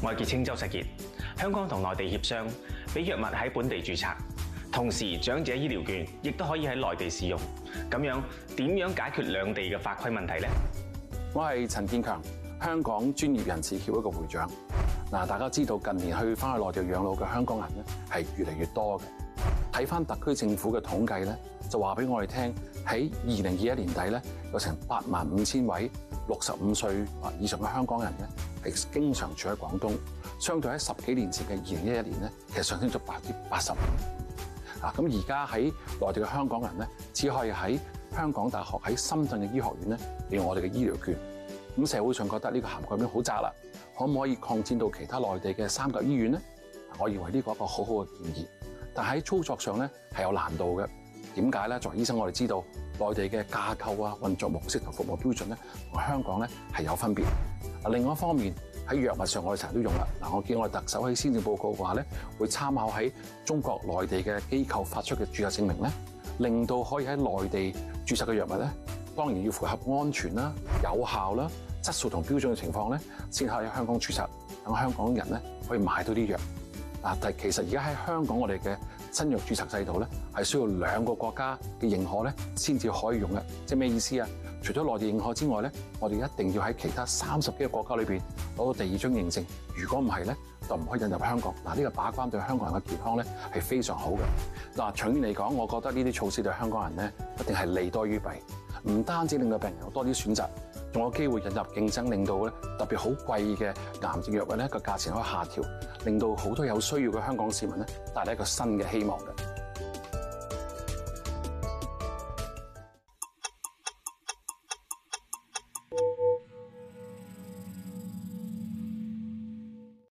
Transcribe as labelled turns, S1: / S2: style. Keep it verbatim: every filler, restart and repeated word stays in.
S1: 我係傑青周世傑。香港同內地協商，俾藥物喺本地註冊，同時長者醫療券亦都可以喺內地使用。咁樣點樣解決兩地嘅法規問題呢？
S2: 我係陳建強，香港專業人士協會嘅會長。嗱，大家知道近年去翻去內地養老嘅香港人咧係越嚟越多嘅。睇翻特區政府嘅統計咧，就話俾我哋聽，喺二零二一年底咧有成八萬五千位六十五歲或以上嘅香港人咧係經常住喺廣東，相對喺十幾年前嘅二零一一年咧，其實上升咗百分之八十五。啊，咁而家喺內地嘅香港人咧，只可以喺香港大學喺深圳嘅醫學院咧利用我哋嘅醫療券。咁社會上覺得呢個涵蓋面好窄啦，可唔可以擴展到其他內地嘅三甲醫院咧？我認為呢個係一個好好嘅建議，但喺操作上咧係有難度嘅。點解咧？作為醫生，我哋知道內地嘅架構啊、運作模式同服務標準咧，同香港咧係有分別。嗱，另外一方面喺藥物上，我哋成日都用啦。嗱，我見我哋特首喺施政報告嘅話咧，會參考喺中國內地嘅機構發出嘅註冊證明咧，令到可以喺內地註冊嘅藥物咧，當然要符合安全啦、有效啦、質素同標準嘅情況咧，先可以喺香港註冊，等香港人咧可以買到啲藥。嗱，但係其實而家喺香港我哋嘅新藥註冊制度咧，係需要兩個國家嘅認可咧，先至可以用嘅。即係咩意思啊？除咗內地認可之外咧，我哋一定要喺其他三十幾個國家裏邊攞到第二張認證。如果唔係咧，就唔可以引入香港。嗱，呢個把關對香港人嘅健康咧係非常好嘅。嗱，長遠嚟講，我覺得呢啲措施對香港人咧一定係利多於弊。唔單止令到病人有多啲選擇，仲有機會引入競爭，令到咧特別好貴嘅癌症藥物咧個價錢可以下調，令到好多有需要嘅香港市民咧帶嚟一個新嘅希望嘅。